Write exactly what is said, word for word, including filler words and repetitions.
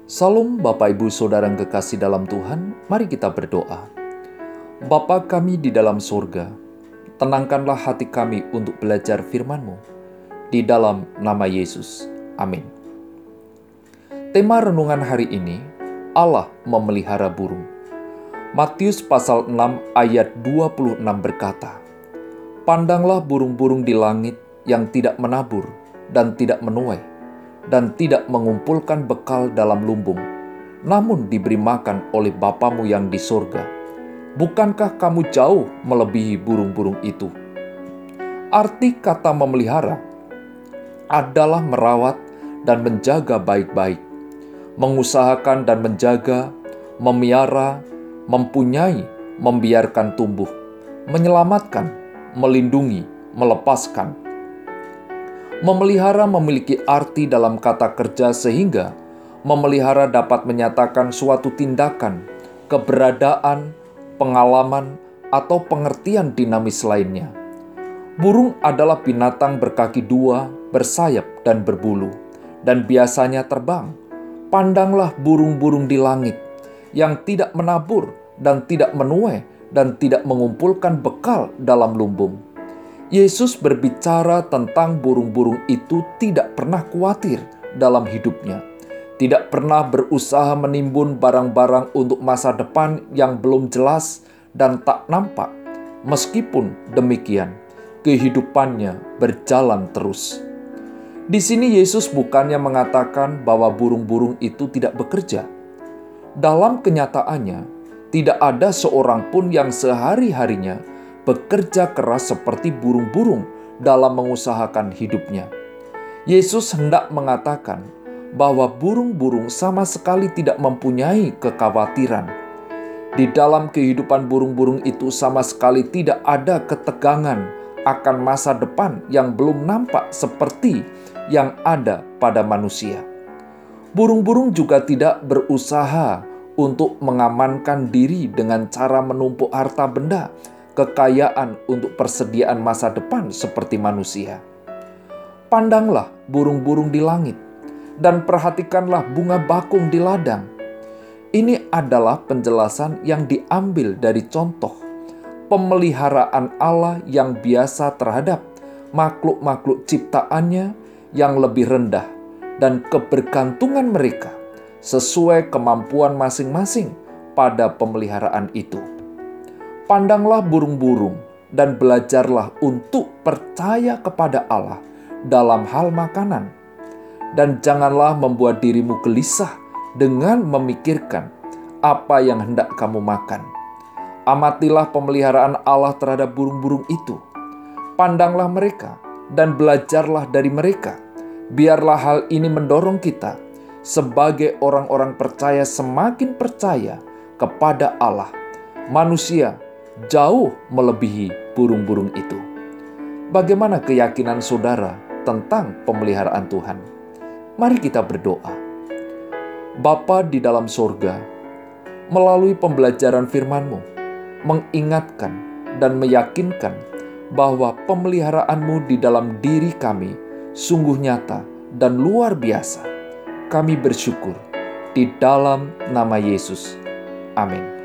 Salam Bapak Ibu Saudara yang kekasih dalam Tuhan, mari kita berdoa. Bapa kami di dalam surga, tenangkanlah hati kami untuk belajar firman-Mu. Di dalam nama Yesus, amin. Tema renungan hari ini, Allah memelihara burung. Matius pasal enam ayat dua puluh enam berkata, "Pandanglah burung-burung di langit yang tidak menabur dan tidak menuai, dan tidak mengumpulkan bekal dalam lumbung, namun diberi makan oleh Bapamu yang di surga. Bukankah kamu jauh melebihi burung-burung itu?" Arti kata memelihara adalah merawat dan menjaga baik-baik, mengusahakan dan menjaga, memiara, mempunyai, membiarkan tumbuh, menyelamatkan, melindungi, melepaskan. Memelihara memiliki arti dalam kata kerja sehingga memelihara dapat menyatakan suatu tindakan, keberadaan, pengalaman, atau pengertian dinamis lainnya. Burung adalah binatang berkaki dua, bersayap, dan berbulu, dan biasanya terbang. Pandanglah burung-burung di langit yang tidak menabur dan tidak menuai dan tidak mengumpulkan bekal dalam lumbung. Yesus berbicara tentang burung-burung itu tidak pernah khawatir dalam hidupnya, tidak pernah berusaha menimbun barang-barang untuk masa depan yang belum jelas dan tak nampak. Meskipun demikian, kehidupannya berjalan terus. Di sini Yesus bukannya mengatakan bahwa burung-burung itu tidak bekerja. Dalam kenyataannya, tidak ada seorang pun yang sehari-harinya bekerja keras seperti burung-burung dalam mengusahakan hidupnya. Yesus hendak mengatakan bahwa burung-burung sama sekali tidak mempunyai kekhawatiran. Di dalam kehidupan burung-burung itu sama sekali tidak ada ketegangan akan masa depan yang belum nampak seperti yang ada pada manusia. Burung-burung juga tidak berusaha untuk mengamankan diri dengan cara menumpuk harta benda, kekayaan untuk persediaan masa depan seperti manusia. Pandanglah burung-burung di langit dan perhatikanlah bunga bakung di ladang. Ini adalah penjelasan yang diambil dari contoh pemeliharaan Allah yang biasa terhadap makhluk-makhluk ciptaannya yang lebih rendah dan kebergantungan mereka sesuai kemampuan masing-masing pada pemeliharaan itu. Pandanglah burung-burung dan belajarlah untuk percaya kepada Allah dalam hal makanan. Dan janganlah membuat dirimu gelisah dengan memikirkan apa yang hendak kamu makan. Amatilah pemeliharaan Allah terhadap burung-burung itu. Pandanglah mereka dan belajarlah dari mereka. Biarlah hal ini mendorong kita sebagai orang-orang percaya semakin percaya kepada Allah. Manusia jauh melebihi burung-burung itu. Bagaimana keyakinan saudara tentang pemeliharaan Tuhan? Mari kita berdoa. Bapa di dalam surga, melalui pembelajaran firman-Mu, mengingatkan dan meyakinkan bahwa pemeliharaan-Mu di dalam diri kami sungguh nyata dan luar biasa. Kami bersyukur di dalam nama Yesus. Amin.